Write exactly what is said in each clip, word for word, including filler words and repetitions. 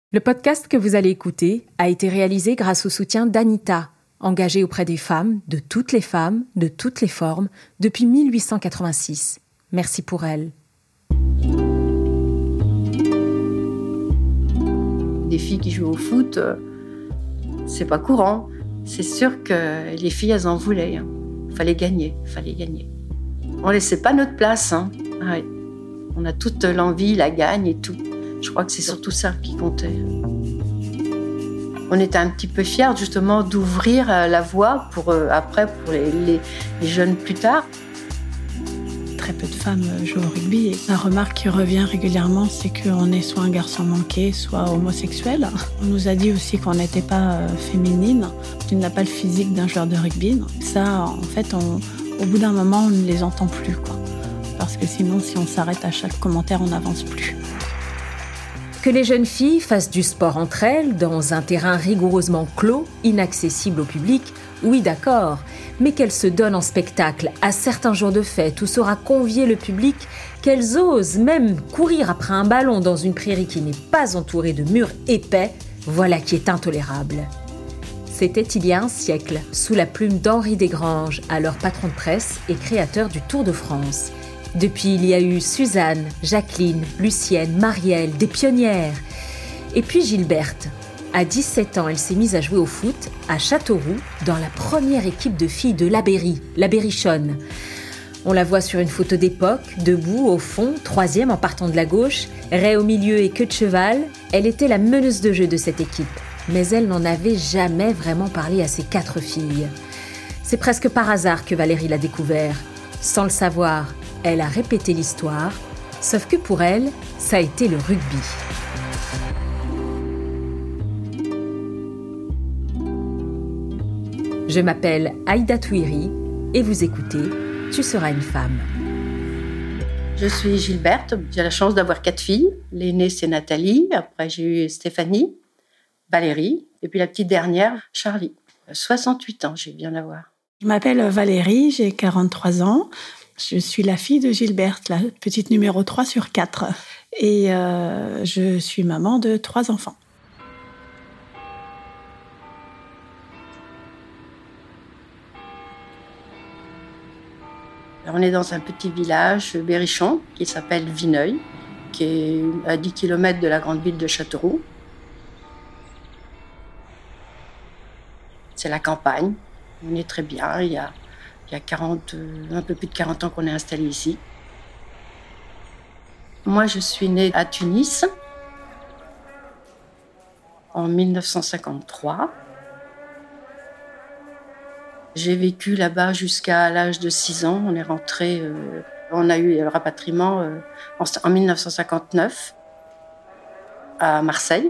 Le podcast que vous allez écouter a été réalisé grâce au soutien d'Anita, engagée auprès des femmes, de toutes les femmes, de toutes les formes, depuis mille huit cent quatre-vingt-six. Merci pour elle. Des filles qui jouent au foot, euh, c'est pas courant. C'est sûr que les filles, elles en voulaient. Hein. Fallait gagner, fallait gagner. On laissait pas notre place. Hein. Ah ouais. On a toute l'envie, la gagne et tout. Je crois que c'est surtout ça qui comptait. On était un petit peu fiers justement d'ouvrir la voie pour euh, après pour les, les, les jeunes plus tard. Très peu de femmes jouent au rugby. Et la remarque qui revient régulièrement, c'est qu'on est soit un garçon manqué, soit homosexuel. On nous a dit aussi qu'on n'était pas féminine. Tu n'as pas le physique d'un joueur de rugby. Ça, en fait, on, au bout d'un moment, on ne les entend plus, quoi. Parce que sinon, si on s'arrête à chaque commentaire, on n'avance plus. Que les jeunes filles fassent du sport entre elles, dans un terrain rigoureusement clos, inaccessible au public, oui d'accord, mais qu'elles se donnent en spectacle à certains jours de fête où sera convié le public, qu'elles osent même courir après un ballon dans une prairie qui n'est pas entourée de murs épais, voilà qui est intolérable. C'était il y a un siècle, sous la plume d'Henri Desgranges, alors patron de presse et créateur du Tour de France. Depuis, il y a eu Suzanne, Jacqueline, Lucienne, Marielle, des pionnières. Et puis Gilberte. À dix-sept ans, elle s'est mise à jouer au foot à Châteauroux, dans la première équipe de filles de la Berry, la Berrichonne. On la voit sur une photo d'époque, debout au fond, troisième en partant de la gauche, raie au milieu et queue de cheval. Elle était la meneuse de jeu de cette équipe. Mais elle n'en avait jamais vraiment parlé à ses quatre filles. C'est presque par hasard que Valérie l'a découvert. Sans le savoir, elle a répété l'histoire, sauf que pour elle, ça a été le rugby. Je m'appelle Aïda Touiri et vous écoutez Tu seras une femme. Je suis Gilberte, j'ai la chance d'avoir quatre filles. L'aînée, c'est Nathalie, après j'ai eu Stéphanie, Valérie, et puis la petite dernière, Charlie. soixante-huit ans, j'ai bien l'avoir. Je m'appelle Valérie, j'ai quarante-trois ans. Je suis la fille de Gilberte, la petite numéro trois sur quatre. Et euh, je suis maman de trois enfants. On est dans un petit village berrichon qui s'appelle Vineuil, qui est à dix kilomètres de la grande ville de Châteauroux. C'est la campagne, on est très bien, il y a... Il y a quarante, un peu plus de quarante ans qu'on est installé ici. Moi, je suis née à Tunis en dix-neuf cent cinquante-trois. J'ai vécu là-bas jusqu'à l'âge de six ans. On est rentré, euh, on a eu le rapatriement euh, en, en dix-neuf cent cinquante-neuf à Marseille.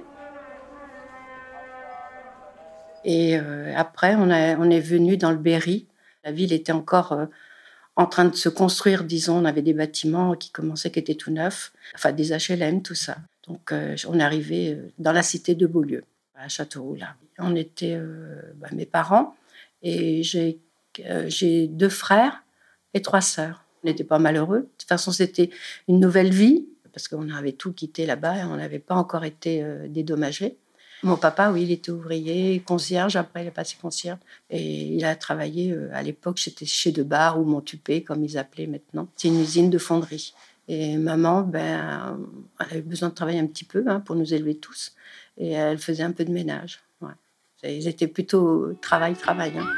Et euh, après, on, a, on est venu dans le Berry. La ville était encore euh, en train de se construire, disons. On avait des bâtiments qui commençaient, qui étaient tout neufs. Enfin, des H L M, tout ça. Donc, euh, on est arrivé euh, dans la cité de Beaulieu, à Châteauroux, là. On était euh, bah, mes parents et j'ai, euh, j'ai deux frères et trois sœurs. On n'était pas malheureux. De toute façon, c'était une nouvelle vie parce qu'on avait tout quitté là-bas et on n'avait pas encore été euh, dédommagés. Mon papa, oui, il était ouvrier, concierge. Après, il est passé concierge. Et il a travaillé, euh, à l'époque, c'était chez Debar ou Montupé, comme ils appelaient maintenant. C'est une usine de fonderie. Et maman, ben, elle avait besoin de travailler un petit peu hein, pour nous élever tous. Et elle faisait un peu de ménage. Ouais. Ils étaient plutôt travail-travail. Hein.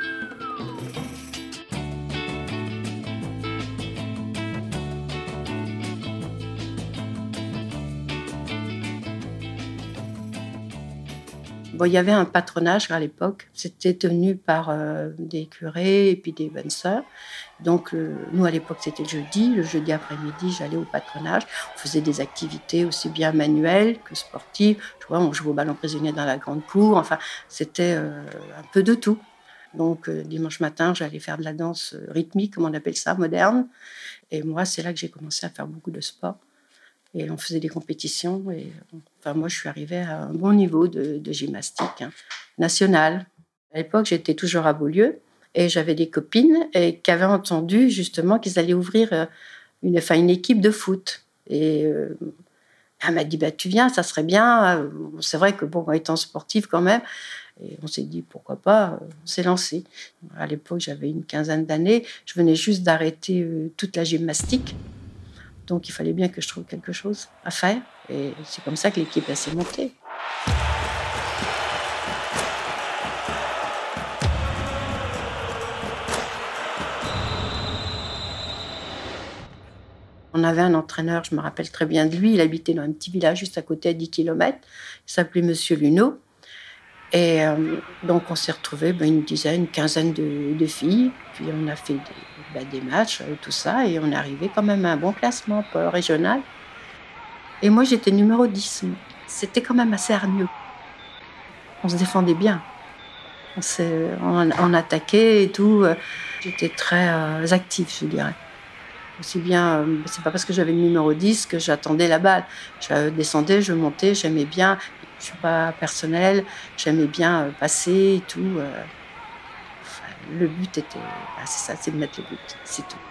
Bon, il y avait un patronage à l'époque. C'était tenu par euh, des curés et puis des bonnes sœurs. Donc, euh, nous, à l'époque, c'était le jeudi. Le jeudi après-midi, j'allais au patronage. On faisait des activités aussi bien manuelles que sportives. Je vois, on jouait au ballon prisonnier dans la grande cour. Enfin, c'était euh, un peu de tout. Donc, euh, dimanche matin, j'allais faire de la danse rythmique, comme on appelle ça, moderne. Et moi, c'est là que j'ai commencé à faire beaucoup de sport. Et on faisait des compétitions. Et, enfin, moi, je suis arrivée à un bon niveau de, de gymnastique hein, nationale. À l'époque, j'étais toujours à Beaulieu et j'avais des copines et, qui avaient entendu justement qu'ils allaient ouvrir une, enfin, une équipe de foot. Et euh, Elle m'a dit, bah, tu viens, ça serait bien. C'est vrai que, bon, étant sportive quand même, et on s'est dit, pourquoi pas, on s'est lancé. À l'époque, j'avais une quinzaine d'années. Je venais juste d'arrêter euh, toute la gymnastique. Donc, il fallait bien que je trouve quelque chose à faire. Et c'est comme ça que l'équipe s'est montée. On avait un entraîneur, je me rappelle très bien de lui. Il habitait dans un petit village juste à côté, à dix kilomètres. Il s'appelait Monsieur Luneau. Et euh, donc, on s'est retrouvés ben, une dizaine, une quinzaine de, de filles. Puis, on a fait des, ben, des matchs, euh, tout ça. Et on est arrivé quand même à un bon classement pas régional. Et moi, j'étais numéro dix. C'était quand même assez hargneux. On se défendait bien. On, s'est, on, on attaquait et tout. J'étais très euh, active, je dirais. Aussi bien, euh, c'est pas parce que j'avais le numéro dix que j'attendais la balle. Je descendais, je montais, j'aimais bien. Je suis pas personnelle, j'aimais bien euh, passer et tout. Euh, enfin, le but était, bah, c'est ça, c'est de mettre le but, c'est tout.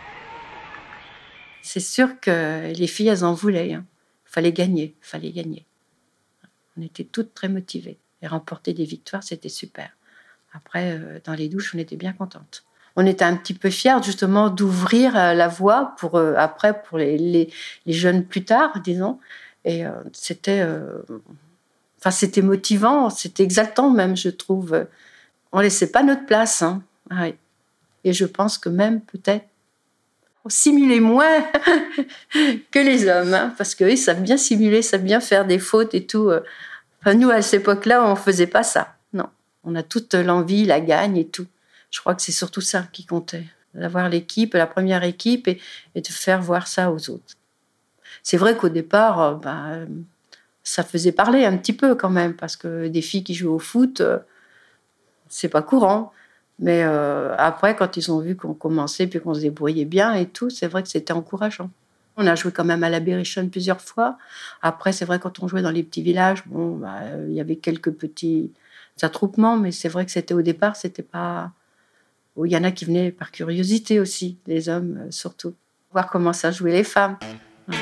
C'est sûr que les filles, elles en voulaient. Hein. Fallait gagner, fallait gagner. On était toutes très motivées et remporter des victoires, c'était super. Après, euh, dans les douches, on était bien contentes. On était un petit peu fiers justement d'ouvrir la voie pour euh, après pour les, les, les jeunes plus tard, disons. Et euh, c'était, euh, enfin c'était motivant, c'était exaltant même, je trouve. On laissait pas notre place, hein. Ouais. Et je pense que même peut-être on simulait moins que les hommes, hein, parce qu'eux ils savent bien simuler, savent bien faire des fautes et tout. Enfin, nous à cette époque-là, on faisait pas ça. Non, on a toute l'envie, la gagne et tout. Je crois que c'est surtout ça qui comptait, d'avoir l'équipe, la première équipe, et, et de faire voir ça aux autres. C'est vrai qu'au départ, euh, bah, ça faisait parler un petit peu quand même, parce que des filles qui jouent au foot, euh, c'est pas courant. Mais euh, après, quand ils ont vu qu'on commençait, puis qu'on se débrouillait bien et tout, c'est vrai que c'était encourageant. On a joué quand même à la Berrichonne plusieurs fois. Après, c'est vrai, quand on jouait dans les petits villages, bon, bah, euh, il y avait quelques petits attroupements, mais c'est vrai que c'était au départ, c'était pas... Il y en a qui venaient par curiosité aussi, les hommes euh, surtout, voir comment ça jouait les femmes. Ouais.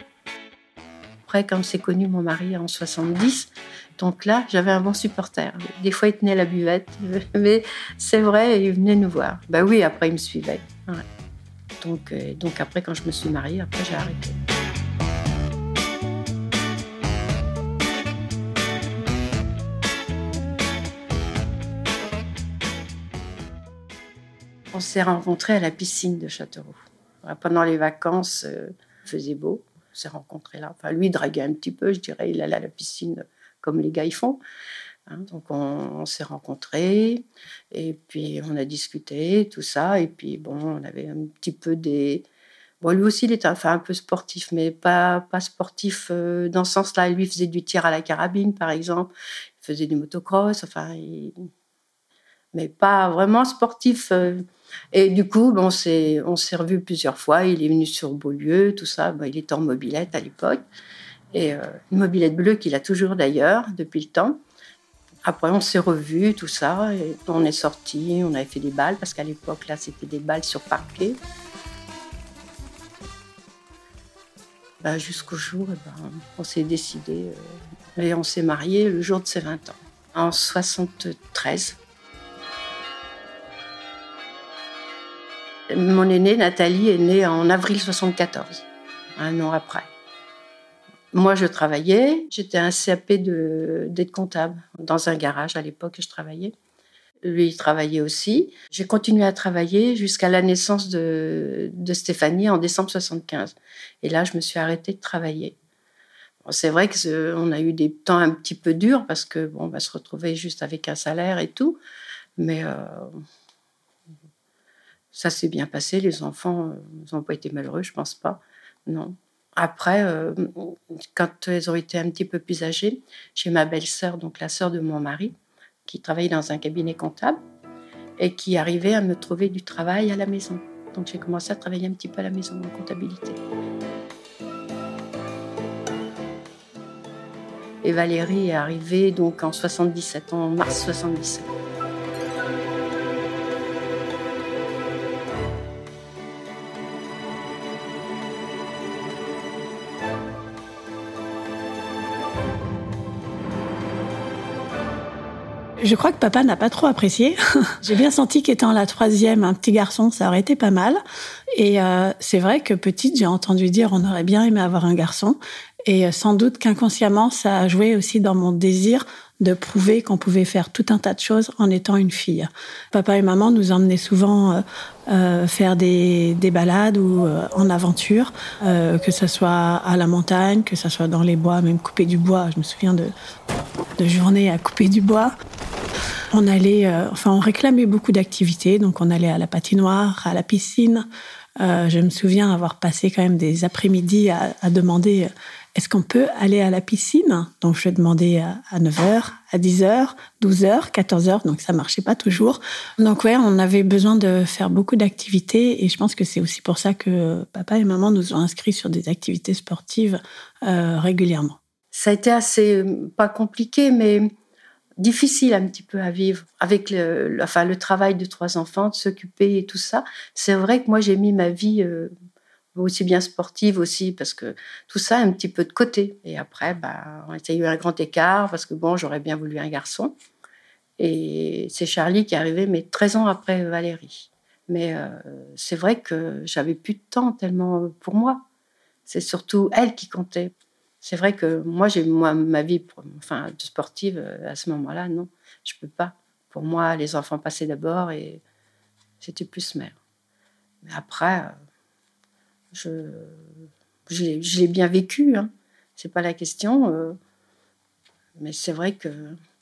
Après, quand s'est connu mon mari en soixante-dix, donc là, j'avais un bon supporter. Des fois, il tenait la buvette, mais c'est vrai, il venait nous voir. Ben oui, après, il me suivait. Ouais. Donc, euh, donc après, quand je me suis mariée, après, j'ai arrêté. On s'est rencontrés à la piscine de Châteauroux. Pendant les vacances, euh, il faisait beau. On s'est rencontrés là. Enfin, lui, il draguait un petit peu, je dirais. Il allait à la piscine comme les gars y font. Hein, donc, on, on s'est rencontrés. Et puis, on a discuté, tout ça. Et puis, bon, on avait un petit peu des... Bon, lui aussi, il était enfin, un peu sportif, mais pas, pas sportif euh, dans ce sens-là. Lui, il faisait du tir à la carabine, par exemple. Il faisait du motocross. Enfin, il... mais pas vraiment sportif. Euh... Et du coup, bon, on s'est, on s'est revus plusieurs fois. Il est venu sur Beaulieu, tout ça. Bon, il était en mobilette à l'époque. Et euh, une mobilette bleue qu'il a toujours d'ailleurs, depuis le temps. Après, on s'est revus, tout ça. Et on est sortis, on avait fait des balles, parce qu'à l'époque, là, c'était des balles sur parquet. Ben, jusqu'au jour, eh ben, on s'est décidé. Euh, et on s'est mariés le jour de ses vingt ans, en soixante-treize. Mon aînée, Nathalie, est née en avril soixante-quatorze, un an après. Moi, je travaillais. J'étais un C A P de, d'aide comptable dans un garage à l'époque où je travaillais. Lui, il travaillait aussi. J'ai continué à travailler jusqu'à la naissance de, de Stéphanie en décembre soixante-quinze. Et là, je me suis arrêtée de travailler. Bon, c'est vrai qu'on a eu des temps un petit peu durs parce que bon, on va se retrouver juste avec un salaire et tout. Mais... Euh, ça s'est bien passé, les enfants n'ont pas été malheureux, je pense pas, non. Après, euh, quand ils ont été un petit peu plus âgés, j'ai ma belle-sœur, donc la sœur de mon mari, qui travaillait dans un cabinet comptable et qui arrivait à me trouver du travail à la maison. Donc j'ai commencé à travailler un petit peu à la maison en comptabilité. Et Valérie est arrivée donc en soixante-dix-sept, en mars soixante-dix-sept. Je crois que papa n'a pas trop apprécié. J'ai bien senti qu'étant la troisième, un petit garçon, ça aurait été pas mal. Et euh, c'est vrai que petite, j'ai entendu dire on aurait bien aimé avoir un garçon. Et euh, sans doute qu'inconsciemment, ça a joué aussi dans mon désir de prouver qu'on pouvait faire tout un tas de choses en étant une fille. Papa et maman nous emmenaient souvent euh, euh, faire des, des balades ou euh, en aventure, euh, que ce soit à la montagne, que ce soit dans les bois, même couper du bois. Je me souviens de, de journées à couper du bois. On allait, euh, enfin, on réclamait beaucoup d'activités, donc on allait à la patinoire, à la piscine. Euh, je me souviens avoir passé quand même des après-midi à, à demander est-ce qu'on peut aller à la piscine ? Donc, je demandais à, à neuf heures, à dix heures, douze heures, quatorze heures, donc ça marchait pas toujours. Donc, ouais, on avait besoin de faire beaucoup d'activités et je pense que c'est aussi pour ça que papa et maman nous ont inscrits sur des activités sportives euh, régulièrement. Ça a été assez, pas compliqué, mais difficile un petit peu à vivre avec le, le, enfin, le travail de trois enfants, de s'occuper et tout ça. C'est vrai que moi, j'ai mis ma vie... Euh, aussi bien sportive aussi, parce que tout ça un petit peu de côté. Et après, bah, on a eu un grand écart, parce que bon, j'aurais bien voulu un garçon. Et c'est Charlie qui est arrivé, mais treize ans après Valérie. Mais euh, c'est vrai que j'avais plus de temps tellement pour moi. C'est surtout elle qui comptait. C'est vrai que moi, j'ai moi, ma vie enfin, de sportive, à ce moment-là, non, je peux pas. Pour moi, les enfants passaient d'abord et c'était plus mère. Mais après... Je, je, l'ai, je l'ai bien vécu, hein. C'est pas la question. Euh, mais c'est vrai que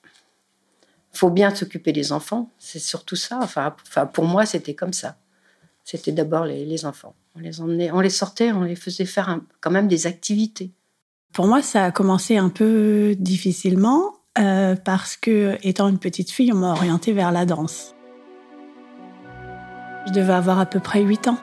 faut bien s'occuper des enfants. C'est surtout ça. Enfin, enfin, pour moi, c'était comme ça. C'était d'abord les, les enfants. On les emmenait, on les sortait, on les faisait faire un, quand même des activités. Pour moi, ça a commencé un peu difficilement euh, parce que, étant une petite fille, on m'a orientée vers la danse. Je devais avoir à peu près huit ans.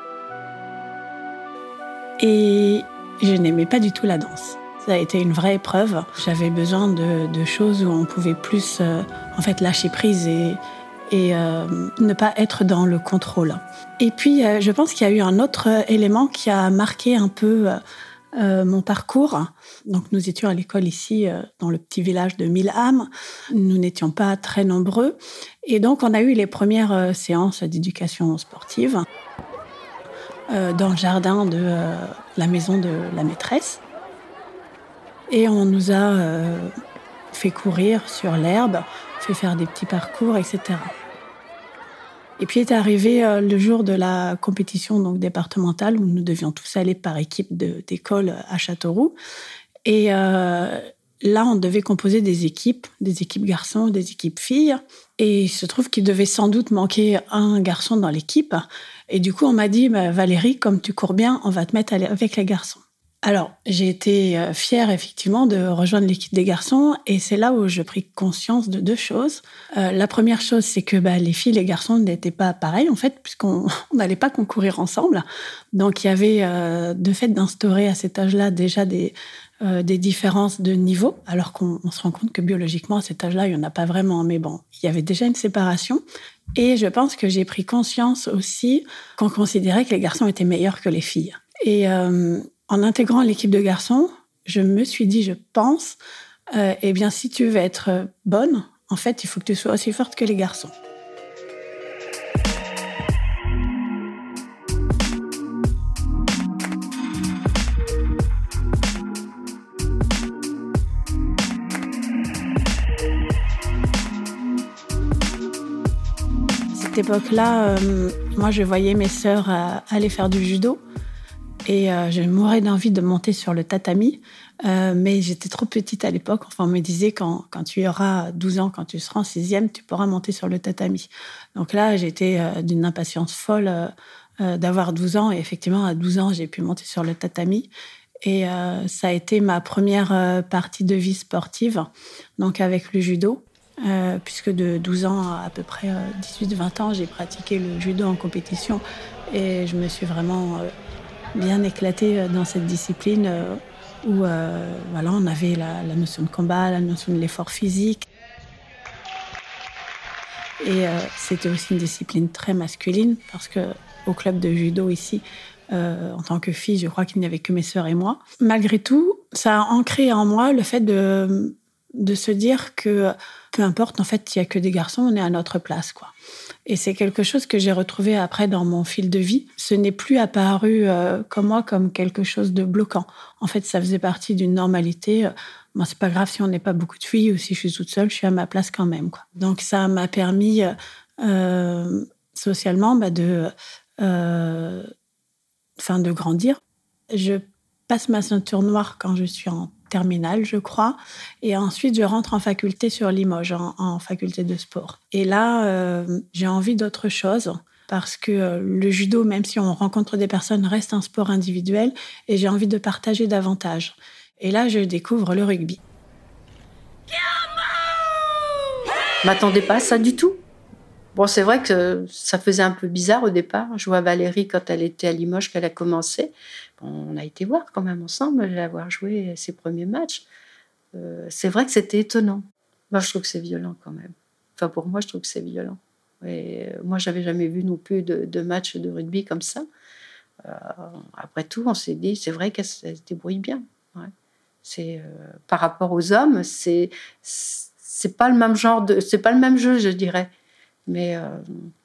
Et je n'aimais pas du tout la danse. Ça a été une vraie épreuve. J'avais besoin de, de choses où on pouvait plus euh, en fait, lâcher prise et, et euh, ne pas être dans le contrôle. Et puis, euh, je pense qu'il y a eu un autre élément qui a marqué un peu euh, mon parcours. Donc, nous étions à l'école ici, euh, dans le petit village de mille âmes. Nous n'étions pas très nombreux. Et donc, on a eu les premières euh, séances d'éducation sportive dans le jardin de euh, la maison de la maîtresse. Et on nous a euh, fait courir sur l'herbe, fait faire des petits parcours, et cetera. Et puis est arrivé euh, le jour de la compétition donc, départementale où nous devions tous aller par équipe de, d'école à Châteauroux. Et euh, là, on devait composer des équipes, des équipes garçons, des équipes filles. Et il se trouve qu'il devait sans doute manquer un garçon dans l'équipe. Et du coup, on m'a dit, bah, Valérie, comme tu cours bien, on va te mettre avec les garçons. Alors, j'ai été fière, effectivement, de rejoindre l'équipe des garçons. Et c'est là où je pris conscience de deux choses. Euh, la première chose, c'est que bah, les filles et les garçons n'étaient pas pareils, en fait, puisqu'on n'allait pas concourir ensemble. Donc, il y avait, euh, de fait, d'instaurer à cet âge-là déjà des... Euh, des différences de niveau, alors qu'on on se rend compte que biologiquement, à cet âge-là, il n'y en a pas vraiment. Mais bon, il y avait déjà une séparation. Et je pense que j'ai pris conscience aussi qu'on considérait que les garçons étaient meilleurs que les filles. Et euh, en intégrant l'équipe de garçons, je me suis dit, je pense, euh, eh bien, si tu veux être bonne, en fait, il faut que tu sois aussi forte que les garçons. À cette époque-là, euh, moi, je voyais mes sœurs euh, aller faire du judo et euh, je mourais d'envie de monter sur le tatami, euh, mais j'étais trop petite à l'époque. Enfin, on me disait quand, quand tu auras douze ans, quand tu seras en sixième, tu pourras monter sur le tatami. Donc là, j'étais euh, d'une impatience folle euh, euh, d'avoir douze ans et effectivement, à douze ans, j'ai pu monter sur le tatami. Et euh, ça a été ma première euh, partie de vie sportive, donc avec le judo. Euh, puisque de douze ans à à peu près euh, dix-huit vingt ans, j'ai pratiqué le judo en compétition et je me suis vraiment euh, bien éclatée dans cette discipline euh, où euh, voilà, on avait la, la notion de combat, la notion de l'effort physique. Et euh, c'était aussi une discipline très masculine parce qu'au club de judo ici, euh, en tant que fille, je crois qu'il n'y avait que mes sœurs et moi. Malgré tout, ça a ancré en moi le fait de, de se dire que peu importe, en fait, il n'y a que des garçons, on est à notre place, quoi. Et c'est quelque chose que j'ai retrouvé après dans mon fil de vie. Ce n'est plus apparu euh, comme moi comme quelque chose de bloquant. En fait, ça faisait partie d'une normalité. Bon, c'est pas grave si on n'est pas beaucoup de filles ou si je suis toute seule, je suis à ma place quand même, quoi. Donc ça m'a permis euh, socialement bah, de, euh, enfin, de grandir. Je passe ma ceinture noire quand je suis en terminale, je crois. Et ensuite, je rentre en faculté sur Limoges, en, en faculté de sport. Et là, euh, j'ai envie d'autre chose parce que euh, le judo, même si on rencontre des personnes, reste un sport individuel et j'ai envie de partager davantage. Et là, je découvre le rugby. Je m'attendais pas à ça du tout. Bon, c'est vrai que ça faisait un peu bizarre au départ. Je vois Valérie quand elle était à Limoges, qu'elle a commencé. Bon, on a été voir quand même ensemble, l'avoir joué ses premiers matchs. Euh, c'est vrai que c'était étonnant. Moi, je trouve que c'est violent quand même. Enfin, pour moi, je trouve que c'est violent. Et euh, moi, j'avais jamais vu non plus de, de match de rugby comme ça. Euh, après tout, on s'est dit, c'est vrai qu'elle se débrouille bien. Ouais. C'est euh, par rapport aux hommes, c'est c'est pas le même genre de, c'est pas le même jeu, je dirais. Mais euh,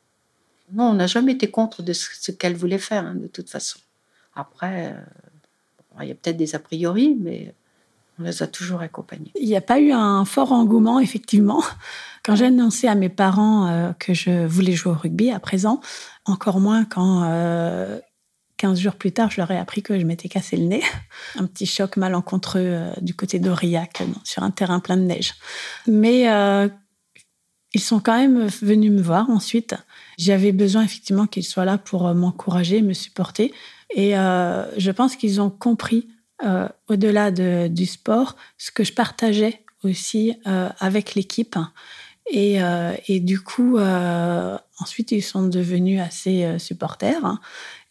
non, on n'a jamais été contre de ce, ce qu'elle voulait faire, hein, de toute façon. Après, euh, bon, il y a peut-être des a priori, mais on les a toujours accompagnés. Il n'y a pas eu un fort engouement, effectivement. Quand j'ai annoncé à mes parents euh, que je voulais jouer au rugby à présent, encore moins quand, euh, quinze jours plus tard, je leur ai appris que je m'étais cassé le nez. Un petit choc malencontreux euh, du côté d'Aurillac, sur un terrain plein de neige. Mais... Euh, Ils sont quand même venus me voir ensuite. J'avais besoin effectivement qu'ils soient là pour m'encourager, me supporter. Et euh, je pense qu'ils ont compris, euh, au-delà de, du sport, ce que je partageais aussi euh, avec l'équipe. Et, euh, et du coup, euh, ensuite, ils sont devenus assez euh, supporters.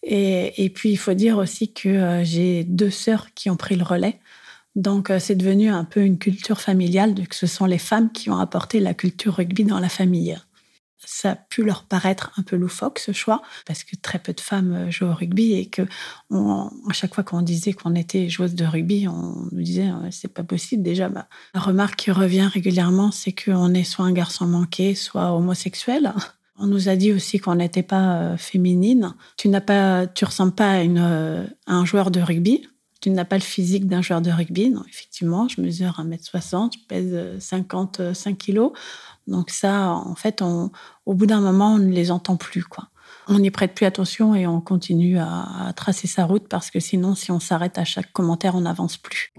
Et, et puis, il faut dire aussi que euh, j'ai deux sœurs qui ont pris le relais. Donc, c'est devenu un peu une culture familiale, que ce sont les femmes qui ont apporté la culture rugby dans la famille. Ça a pu leur paraître un peu loufoque, ce choix, parce que très peu de femmes jouent au rugby et que on, à chaque fois qu'on disait qu'on était joueuse de rugby, on nous disait « c'est pas possible ». Déjà, bah, la remarque qui revient régulièrement, c'est qu'on est soit un garçon manqué, soit homosexuel. On nous a dit aussi qu'on n'était pas euh, féminine. Tu n'as pas, tu ressembles pas à, une, euh, à un joueur de rugby. Tu n'as pas le physique d'un joueur de rugby. Non, effectivement, je mesure un mètre soixante, je pèse cinquante-cinq kilos. Donc ça, en fait, on, au bout d'un moment, on ne les entend plus, quoi. On n'y prête plus attention et on continue à, à tracer sa route parce que sinon, si on s'arrête à chaque commentaire, on n'avance plus.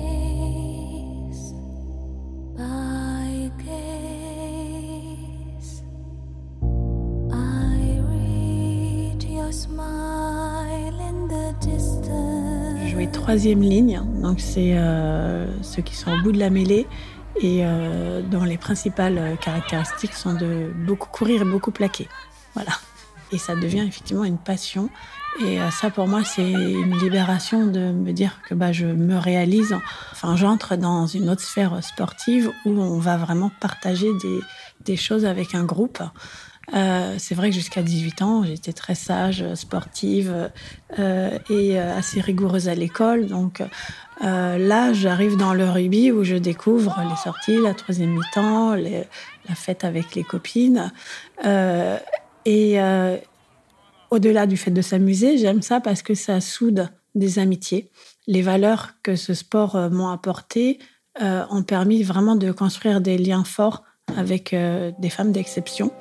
Je jouais troisième ligne, donc c'est euh, ceux qui sont au bout de la mêlée et euh, dont les principales caractéristiques sont de beaucoup courir et beaucoup plaquer. Voilà. Et ça devient effectivement une passion. Et euh, ça, pour moi, c'est une libération de me dire que bah, je me réalise. Enfin, j'entre dans une autre sphère sportive où on va vraiment partager des, des choses avec un groupe. Euh, c'est vrai que jusqu'à dix-huit ans, j'étais très sage, sportive euh, et assez rigoureuse à l'école. Donc euh, là, j'arrive dans le rugby où je découvre les sorties, la troisième mi-temps, les, la fête avec les copines. Euh, et euh, au-delà du fait de s'amuser, j'aime ça parce que ça soude des amitiés. Les valeurs que ce sport euh, m'ont apportées euh, ont permis vraiment de construire des liens forts avec euh, des femmes d'exception.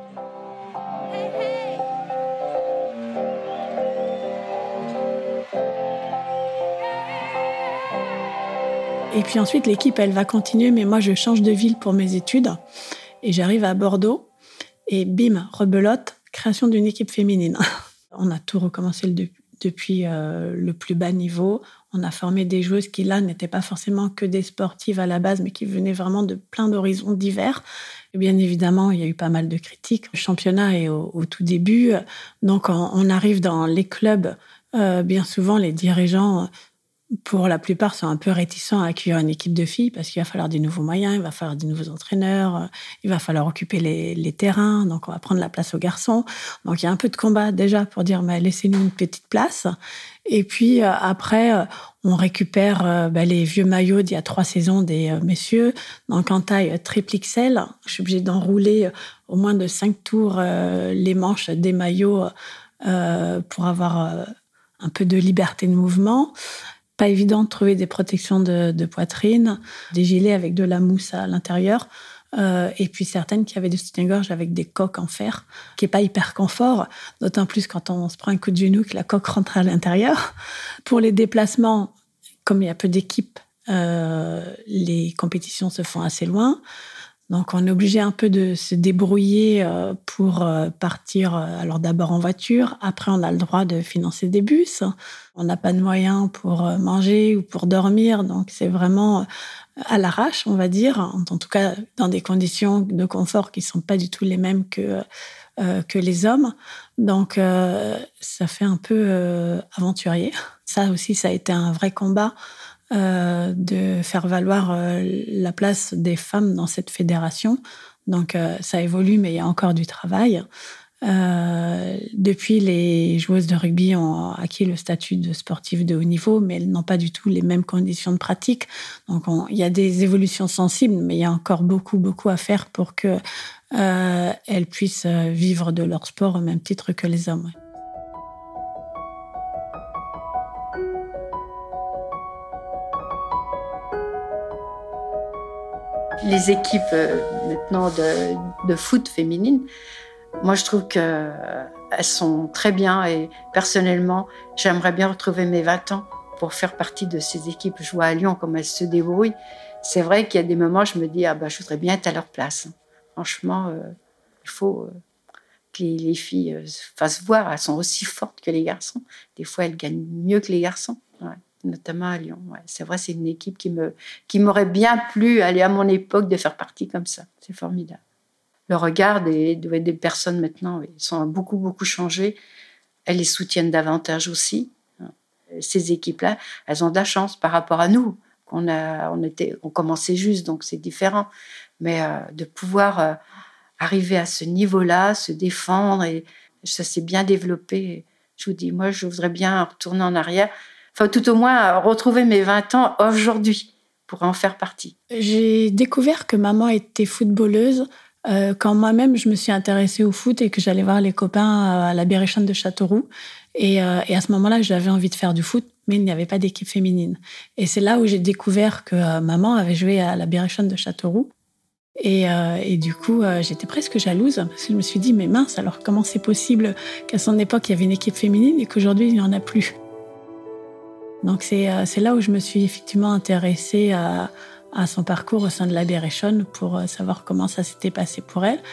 Et puis ensuite, l'équipe, elle va continuer, mais moi, je change de ville pour mes études. Et j'arrive à Bordeaux, et bim, rebelote, création d'une équipe féminine. On a tout recommencé le, depuis euh, le plus bas niveau. On a formé des joueuses qui, là, n'étaient pas forcément que des sportives à la base, mais qui venaient vraiment de plein d'horizons divers. Et bien évidemment, il y a eu pas mal de critiques. Le championnat est au, au tout début. Donc, on, on arrive dans les clubs. Euh, bien souvent, les dirigeants pour la plupart, sont un peu réticents à accueillir une équipe de filles parce qu'il va falloir des nouveaux moyens, il va falloir des nouveaux entraîneurs, il va falloir occuper les, les terrains, donc on va prendre la place aux garçons. Donc il y a un peu de combat déjà pour dire bah, laissez-nous une petite place. Et puis euh, après, euh, on récupère euh, bah, les vieux maillots d'il y a trois saisons des euh, messieurs, donc en taille triple X L. Je suis obligée d'enrouler euh, au moins de cinq tours euh, les manches des maillots euh, pour avoir euh, un peu de liberté de mouvement. Pas évident de trouver des protections de, de poitrine, des gilets avec de la mousse à l'intérieur, euh, et puis certaines qui avaient des soutiens-gorge avec des coques en fer, qui n'est pas hyper confort, d'autant plus quand on se prend un coup de genou que la coque rentre à l'intérieur. Pour les déplacements, comme il y a peu d'équipes, euh, les compétitions se font assez loin. Donc, on est obligé un peu de se débrouiller pour partir, alors d'abord en voiture, après on a le droit de financer des bus. On n'a pas de moyens pour manger ou pour dormir, donc c'est vraiment à l'arrache, on va dire, en tout cas dans des conditions de confort qui ne sont pas du tout les mêmes que, euh, que les hommes. Donc, euh, ça fait un peu euh, aventurier. Ça aussi, ça a été un vrai combat. Euh, de faire valoir euh, la place des femmes dans cette fédération. Donc, euh, ça évolue, mais il y a encore du travail. Euh, depuis, les joueuses de rugby ont acquis le statut de sportif de haut niveau, mais elles n'ont pas du tout les mêmes conditions de pratique. Donc, on, il y a des évolutions sensibles, mais il y a encore beaucoup, beaucoup à faire pour qu'elles euh, puissent vivre de leur sport au même titre que les hommes. Ouais. Les équipes euh, maintenant de, de foot féminine, moi je trouve qu'elles sont très bien et personnellement, j'aimerais bien retrouver mes vingt ans pour faire partie de ces équipes. Je vois à Lyon comment elles se débrouillent. C'est vrai qu'il y a des moments où je me dis ah bah, je voudrais bien être à leur place. Franchement, euh, il faut euh, que les, les filles euh, se fassent voir. Elles sont aussi fortes que les garçons. Des fois, elles gagnent mieux que les garçons. Ouais. Notamment à Lyon. Ouais. C'est vrai, c'est une équipe qui, me, qui m'aurait bien plu aller à mon époque de faire partie comme ça. C'est formidable. Le regard des, des personnes maintenant, ils sont beaucoup, beaucoup changés. Elles les soutiennent davantage aussi. Ces équipes-là, elles ont de la chance par rapport à nous. On, a, on, était, on commençait juste, donc c'est différent. Mais euh, de pouvoir euh, arriver à ce niveau-là, se défendre, et ça s'est bien développé. Je vous dis, moi, je voudrais bien retourner en arrière. Enfin, tout au moins, retrouver mes vingt ans aujourd'hui pour en faire partie. J'ai découvert que maman était footballeuse euh, quand moi-même, je me suis intéressée au foot et que j'allais voir les copains à la Berrichonne de Châteauroux. Et, euh, et à ce moment-là, j'avais envie de faire du foot, mais il n'y avait pas d'équipe féminine. Et c'est là où j'ai découvert que euh, maman avait joué à la Berrichonne de Châteauroux. Et, euh, et du coup, euh, j'étais presque jalouse parce que je me suis dit, mais mince, alors comment c'est possible qu'à son époque, il y avait une équipe féminine et qu'aujourd'hui, il n'y en a plus ? Donc c'est, euh, c'est là où je me suis effectivement intéressée à, à son parcours au sein de la Berrichonne pour euh, savoir comment ça s'était passé pour elle.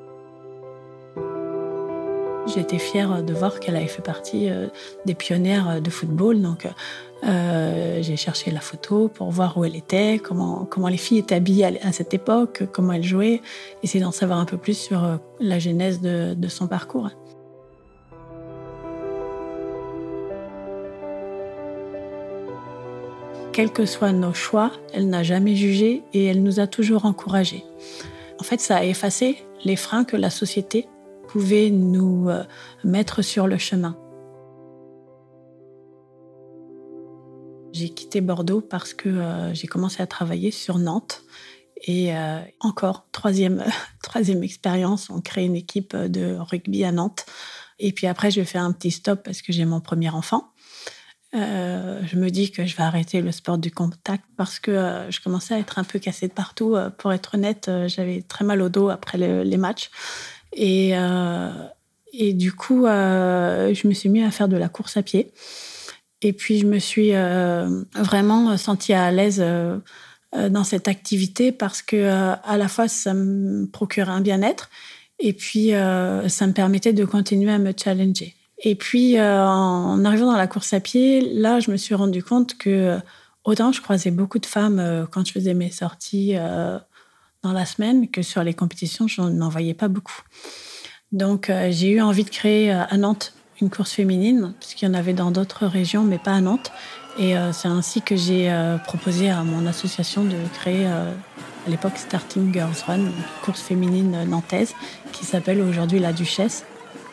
J'étais fière de voir qu'elle avait fait partie euh, des pionnières de football. Donc euh, j'ai cherché la photo pour voir où elle était, comment, comment les filles étaient habillées à, à cette époque, comment elles jouaient, essayer d'en savoir un peu plus sur euh, la genèse de, de son parcours. Quels que soient nos choix, elle n'a jamais jugé et elle nous a toujours encouragés. En fait, ça a effacé les freins que la société pouvait nous euh, mettre sur le chemin. J'ai quitté Bordeaux parce que euh, j'ai commencé à travailler sur Nantes. Et euh, encore, troisième, troisième expérience, on crée une équipe de rugby à Nantes. Et puis après, je fais un petit stop parce que j'ai mon premier enfant. Euh, je me dis que je vais arrêter le sport du contact parce que euh, je commençais à être un peu cassée de partout. Euh, pour être honnête, euh, j'avais très mal au dos après le, les matchs. Et, euh, et du coup, euh, je me suis mis à faire de la course à pied. Et puis, je me suis euh, vraiment sentie à l'aise euh, dans cette activité parce que euh, à la fois, ça me procurait un bien-être et puis euh, ça me permettait de continuer à me challenger. Et puis, euh, en arrivant dans la course à pied, là, je me suis rendu compte que euh, autant je croisais beaucoup de femmes euh, quand je faisais mes sorties euh, dans la semaine, que sur les compétitions, je n'en voyais pas beaucoup. Donc, euh, j'ai eu envie de créer euh, à Nantes une course féminine, parce qu'il y en avait dans d'autres régions, mais pas à Nantes. Et euh, c'est ainsi que j'ai euh, proposé à mon association de créer, euh, à l'époque, Starting Girls Run, une course féminine nantaise, qui s'appelle aujourd'hui La Duchesse.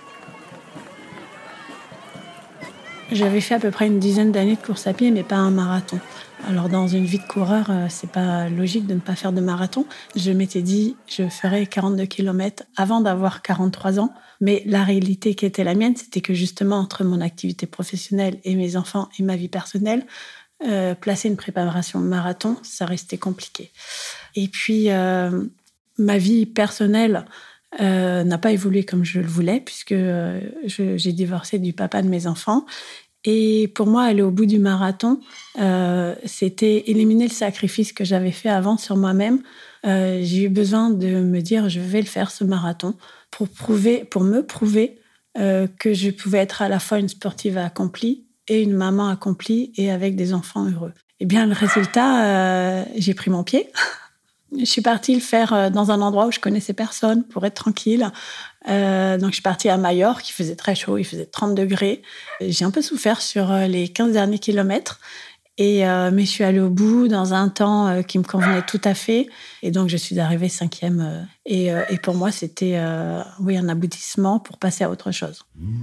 J'avais fait à peu près une dizaine d'années de course à pied, mais pas un marathon. Alors dans une vie de coureur, c'est pas logique de ne pas faire de marathon. Je m'étais dit, je ferais quarante-deux kilomètres avant d'avoir quarante-trois ans. Mais la réalité qui était la mienne, c'était que justement, entre mon activité professionnelle et mes enfants et ma vie personnelle, euh, placer une préparation marathon, ça restait compliqué. Et puis, euh, ma vie personnelle euh, n'a pas évolué comme je le voulais, puisque euh, je, j'ai divorcé du papa de mes enfants. Et pour moi, aller au bout du marathon, euh, c'était éliminer le sacrifice que j'avais fait avant sur moi-même. Euh, j'ai eu besoin de me dire, je vais le faire, ce marathon, pour, prouver, pour me prouver euh, que je pouvais être à la fois une sportive accomplie et une maman accomplie et avec des enfants heureux. Eh bien, le résultat, euh, j'ai pris mon pied. Je suis partie le faire dans un endroit où je connaissais personne pour être tranquille. Euh, donc, je suis partie à Majorque, il faisait très chaud, il faisait trente degrés. J'ai un peu souffert sur les quinze derniers kilomètres. Et, euh, mais je suis allée au bout dans un temps euh, qui me convenait tout à fait. Et donc, je suis arrivée cinquième. Euh, et, euh, et pour moi, c'était euh, oui, un aboutissement pour passer à autre chose.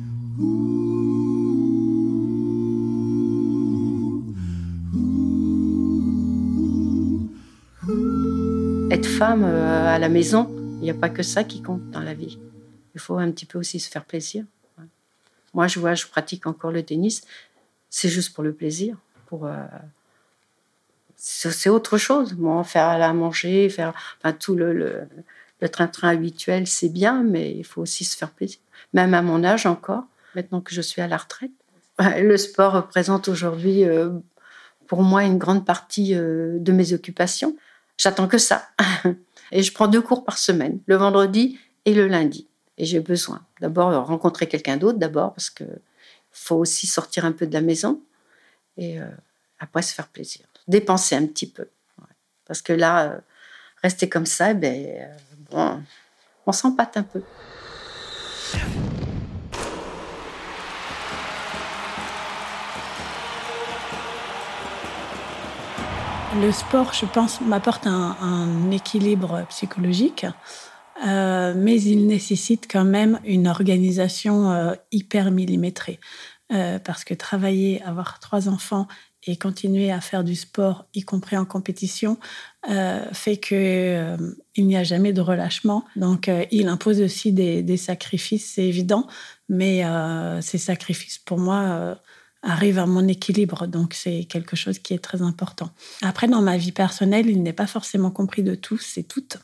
Être femme euh, à la maison, il n'y a pas que ça qui compte dans la vie. Il faut un petit peu aussi se faire plaisir. Moi, je vois, je pratique encore le tennis. C'est juste pour le plaisir. Pour, euh, c'est, c'est autre chose. Bon, faire à manger, faire, enfin, tout le, le, le train-train habituel, c'est bien, mais il faut aussi se faire plaisir. Même à mon âge encore, maintenant que je suis à la retraite. Le sport représente aujourd'hui, euh, pour moi, une grande partie euh, de mes occupations. J'attends que ça. Et je prends deux cours par semaine, le vendredi et le lundi. Et j'ai besoin d'abord de rencontrer quelqu'un d'autre, d'abord, parce qu'il faut aussi sortir un peu de la maison. Et euh, après, se faire plaisir. Dépenser un petit peu. Ouais. Parce que là, euh, rester comme ça, ben, euh, bon, on s'empâte un peu. Le sport, je pense, m'apporte un, un équilibre psychologique, euh, mais il nécessite quand même une organisation euh, hyper millimétrée. Euh, parce que travailler, avoir trois enfants et continuer à faire du sport, y compris en compétition, euh, fait qu'il euh, n'y a jamais de relâchement. Donc, euh, il impose aussi des, des sacrifices, c'est évident, mais euh, ces sacrifices, pour moi, euh, arrivent à mon équilibre. Donc, c'est quelque chose qui est très important. Après, dans ma vie personnelle, il n'est pas forcément compris de tous et toutes.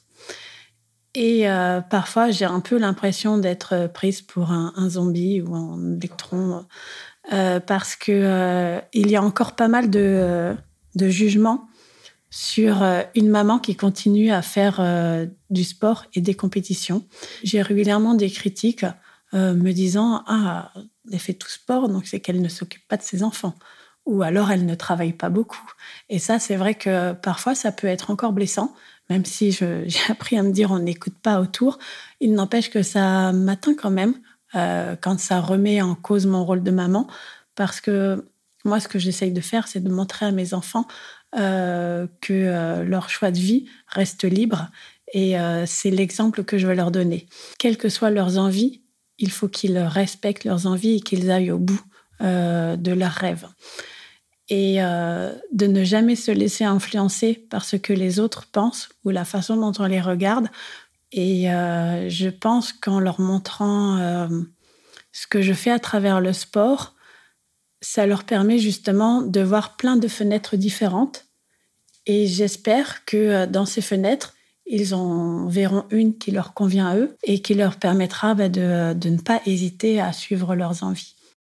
Et euh, parfois, j'ai un peu l'impression d'être prise pour un, un zombie ou un électron, euh, parce que euh, il y a encore pas mal de, euh, de jugements sur euh, une maman qui continue à faire euh, du sport et des compétitions. J'ai régulièrement des critiques euh, me disant « Ah, elle fait tout sport, donc c'est qu'elle ne s'occupe pas de ses enfants. » Ou alors, elle ne travaille pas beaucoup. Et ça, c'est vrai que parfois, ça peut être encore blessant. Même si je, j'ai appris à me dire on n'écoute pas autour, il n'empêche que ça m'atteint quand même euh, quand ça remet en cause mon rôle de maman. Parce que moi, ce que j'essaye de faire, c'est de montrer à mes enfants euh, que euh, leur choix de vie reste libre. Et euh, c'est l'exemple que je veux leur donner. Quelles que soient leurs envies, il faut qu'ils respectent leurs envies et qu'ils aillent au bout euh, de leurs rêves. Et euh, de ne jamais se laisser influencer par ce que les autres pensent ou la façon dont on les regarde. Et euh, je pense qu'en leur montrant euh, ce que je fais à travers le sport, ça leur permet justement de voir plein de fenêtres différentes. Et j'espère que dans ces fenêtres, ils en verront une qui leur convient à eux et qui leur permettra bah, de, de ne pas hésiter à suivre leurs envies.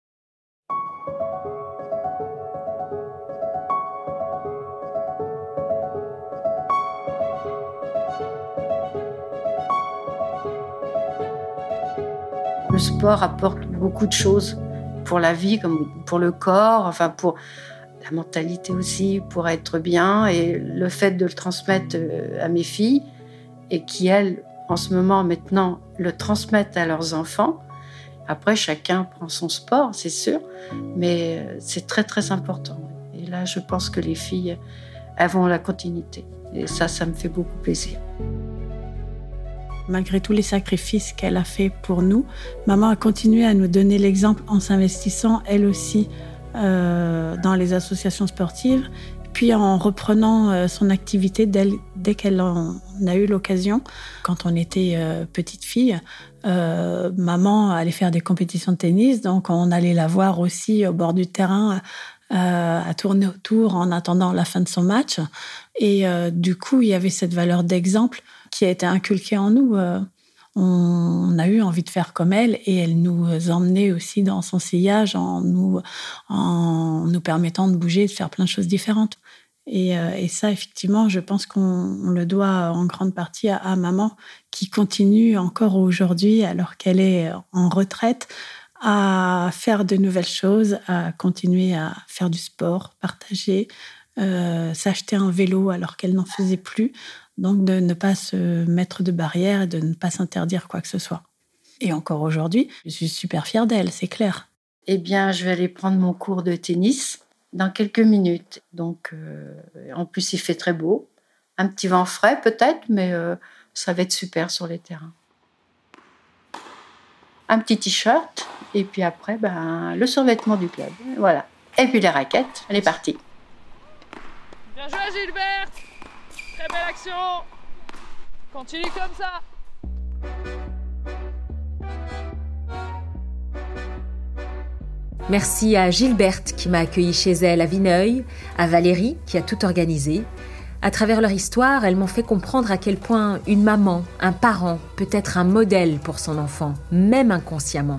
Le sport apporte beaucoup de choses pour la vie, comme pour le corps, enfin pour la mentalité aussi, pour être bien. Et le fait de le transmettre à mes filles et qui, elles, en ce moment, maintenant, le transmettent à leurs enfants. Après, chacun prend son sport, c'est sûr, mais c'est très, très important. là, je pense que les filles, elles vont à la continuité. Et ça, ça me fait beaucoup plaisir. Malgré tous les sacrifices qu'elle a fait pour nous, maman a continué à nous donner l'exemple en s'investissant, elle aussi, euh, dans les associations sportives, puis en reprenant euh, son activité dès, dès qu'elle en a eu l'occasion. Quand on était euh, petite fille, euh, maman allait faire des compétitions de tennis, donc on allait la voir aussi au bord du terrain, euh, à tourner autour en attendant la fin de son match. Et euh, du coup, il y avait cette valeur d'exemple qui a été inculquée en nous. Euh, on a eu envie de faire comme elle et elle nous emmenait aussi dans son sillage en nous, en nous permettant de bouger, de faire plein de choses différentes. Et, euh, et ça, effectivement, je pense qu'on le doit en grande partie à, à maman qui continue encore aujourd'hui, alors qu'elle est en retraite, à faire de nouvelles choses, à continuer à faire du sport, partager, euh, s'acheter un vélo alors qu'elle n'en faisait plus. Donc, de ne pas se mettre de barrières et de ne pas s'interdire quoi que ce soit. Et encore aujourd'hui, je suis super fière d'elle, c'est clair. Eh bien, je vais aller prendre mon cours de tennis dans quelques minutes. Donc, euh, en plus, il fait très beau. Un petit vent frais peut-être, mais euh, ça va être super sur les terrains. Un petit t-shirt, et puis après, ben, le survêtement du club. Voilà. Et puis les raquettes. Elle est partie. Bien joué, Gilbert! Très belle action! Continue comme ça! Merci à Gilberte qui m'a accueillie chez elle à Vineuil, à Valérie qui a tout organisé. À travers leur histoire, elles m'ont fait comprendre à quel point une maman, un parent peut être un modèle pour son enfant, même inconsciemment.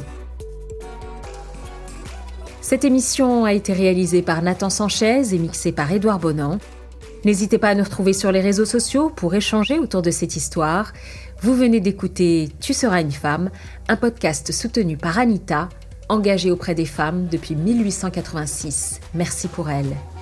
Cette émission a été réalisée par Nathan Sanchez et mixée par Édouard Bonan. N'hésitez pas à nous retrouver sur les réseaux sociaux pour échanger autour de cette histoire. Vous venez d'écouter Tu seras une femme, un podcast soutenu par Anita, engagée auprès des femmes depuis mille huit cent quatre-vingt-six. Merci pour elle.